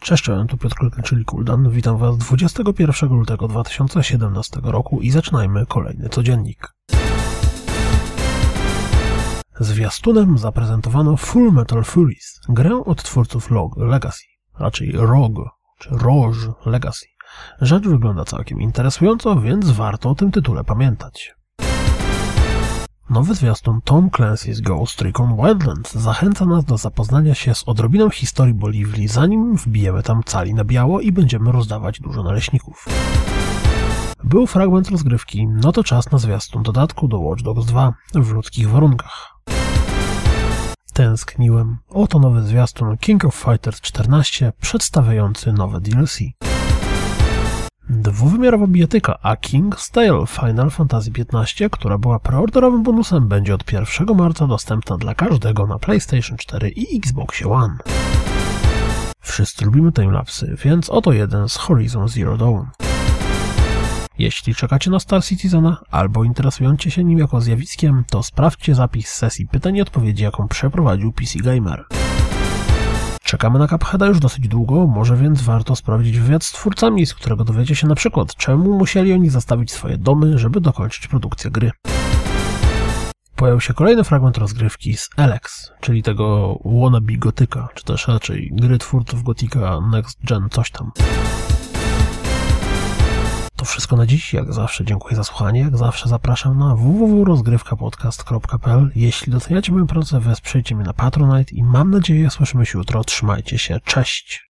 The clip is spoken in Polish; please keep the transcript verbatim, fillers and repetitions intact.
Cześć, tu Piotr Kulkan, czyli Kuldan. Witam Was dwudziestego pierwszego lutego dwa tysiące siedemnastego roku i zaczynajmy kolejny codziennik. Zwiastunem zaprezentowano Full Metal Furies, grę od twórców Rogue Legacy, raczej Rogue, czy Rogue Legacy. Rzecz wygląda całkiem interesująco, więc warto o tym tytule pamiętać. Nowy zwiastun Tom Clancy's Ghost Recon Wildlands zachęca nas do zapoznania się z odrobiną historii Boliwii, zanim wbijemy tam cali na biało i będziemy rozdawać dużo naleśników. Był fragment rozgrywki, no to czas na zwiastun dodatku do Watch Dogs dwa w ludzkich warunkach. Tęskniłem. Oto nowy zwiastun King of Fighters czternaście przedstawiający nowe D L C. Dwuwymiarowa bijatyka A King's Tale Final Fantasy piętnaście, która była preorderowym bonusem, będzie od pierwszego marca dostępna dla każdego na PlayStation cztery i Xbox One. Wszyscy lubimy timelapsy, więc oto jeden z Horizon Zero Dawn. Jeśli czekacie na Star Citizena albo interesujecie się nim jako zjawiskiem, to sprawdźcie zapis sesji pytań i odpowiedzi, jaką przeprowadził P C Gamer. Czekamy na Cupheada już dosyć długo, może więc warto sprawdzić wywiad z twórcami, z którego dowiecie się na przykład, czemu musieli oni zostawić swoje domy, żeby dokończyć produkcję gry. Pojawił się kolejny fragment rozgrywki z Elex, czyli tego wannabe gotyka, czy też raczej gry twórców gotika Next Gen coś tam. To wszystko na dziś, jak zawsze dziękuję za słuchanie, jak zawsze zapraszam na w w w kropka rozgrywka podcast kropka p l. Jeśli doceniacie moją pracę, wesprzyjcie mnie na Patronite i mam nadzieję słyszymy się jutro, trzymajcie się, cześć!